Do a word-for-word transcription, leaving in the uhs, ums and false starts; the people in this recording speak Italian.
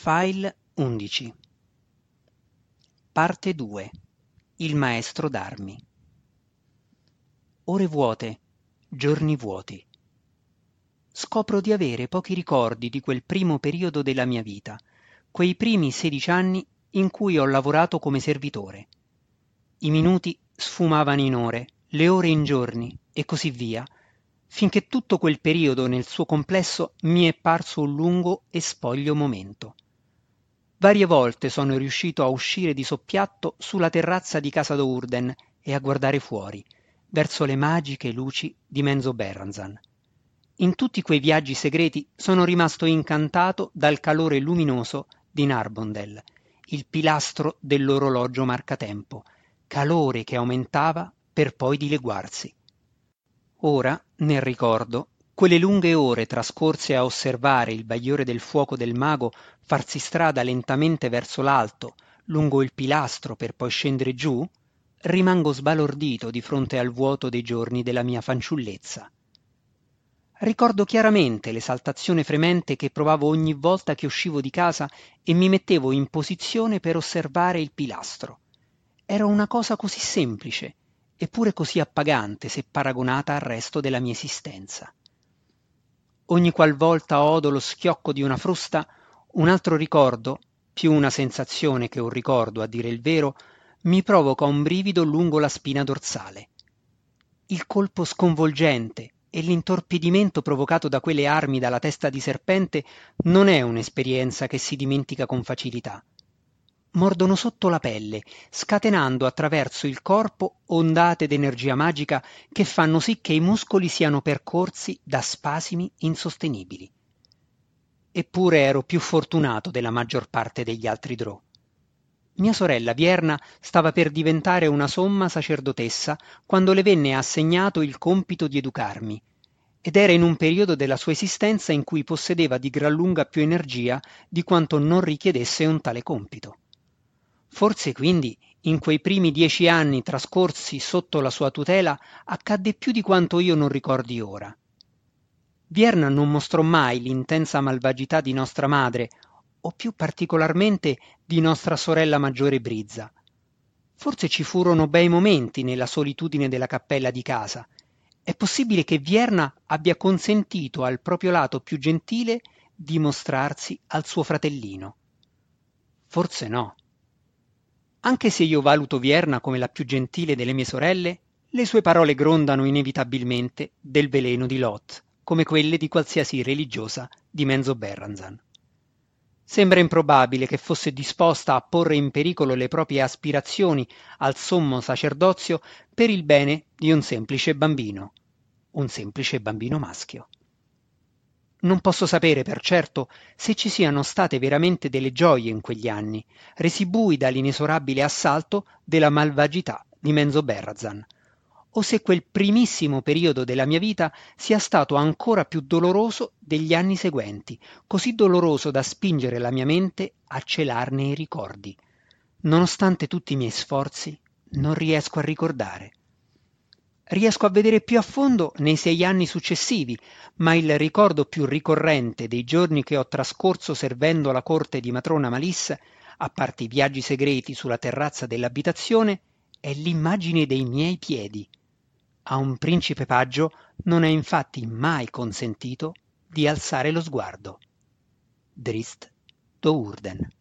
File undici. Parte due. Il maestro d'armi. Ore vuote, giorni vuoti. Scopro di avere pochi ricordi di quel primo periodo della mia vita, quei primi sedici anni in cui ho lavorato come servitore. I minuti sfumavano in ore, le ore in giorni e così via, finché tutto quel periodo nel suo complesso mi è parso un lungo e spoglio momento. Varie volte sono riuscito a uscire di soppiatto sulla terrazza di casa Dourdan e a guardare fuori, verso le magiche luci di Menzoberranzan. In tutti quei viaggi segreti sono rimasto incantato dal calore luminoso di Narbondel, il pilastro dell'orologio marcatempo, calore che aumentava per poi dileguarsi. Ora, nel ricordo, quelle lunghe ore trascorse a osservare il bagliore del fuoco del mago farsi strada lentamente verso l'alto, lungo il pilastro per poi scendere giù, rimango sbalordito di fronte al vuoto dei giorni della mia fanciullezza. Ricordo chiaramente l'esaltazione fremente che provavo ogni volta che uscivo di casa e mi mettevo in posizione per osservare il pilastro. Era una cosa così semplice, eppure così appagante se paragonata al resto della mia esistenza. Ogni qualvolta odo lo schiocco di una frusta, un altro ricordo, più una sensazione che un ricordo a dire il vero, mi provoca un brivido lungo la spina dorsale. Il colpo sconvolgente e l'intorpidimento provocato da quelle armi dalla testa di serpente non è un'esperienza che si dimentica con facilità. Mordono sotto la pelle, scatenando attraverso il corpo ondate d'energia magica che fanno sì che i muscoli siano percorsi da spasimi insostenibili. Eppure ero più fortunato della maggior parte degli altri Drow. Mia sorella Vierna stava per diventare una somma sacerdotessa quando le venne assegnato il compito di educarmi, ed era in un periodo della sua esistenza in cui possedeva di gran lunga più energia di quanto non richiedesse un tale compito. Forse quindi in quei primi dieci anni trascorsi sotto la sua tutela accadde più di quanto io non ricordi ora. Vierna non mostrò mai l'intensa malvagità di nostra madre, o più particolarmente di nostra sorella maggiore Brizza. Forse ci furono bei momenti nella solitudine della cappella di casa. È possibile che Vierna abbia consentito al proprio lato più gentile di mostrarsi al suo fratellino. Forse no. Anche se io valuto Vierna come la più gentile delle mie sorelle, le sue parole grondano inevitabilmente del veleno di Lot, come quelle di qualsiasi religiosa di Menzoberranzan. Sembra improbabile che fosse disposta a porre in pericolo le proprie aspirazioni al sommo sacerdozio per il bene di un semplice bambino, un semplice bambino maschio. Non posso sapere per certo se ci siano state veramente delle gioie in quegli anni, resi bui dall'inesorabile assalto della malvagità di Menzoberranzan, o se quel primissimo periodo della mia vita sia stato ancora più doloroso degli anni seguenti, così doloroso da spingere la mia mente a celarne i ricordi. Nonostante tutti i miei sforzi, non riesco a ricordare. Riesco a vedere più a fondo nei sei anni successivi, ma il ricordo più ricorrente dei giorni che ho trascorso servendo alla corte di matrona Malisse, a parte i viaggi segreti sulla terrazza dell'abitazione, è l'immagine dei miei piedi. A un principe paggio non è infatti mai consentito di alzare lo sguardo. Drizzt Do'Urden.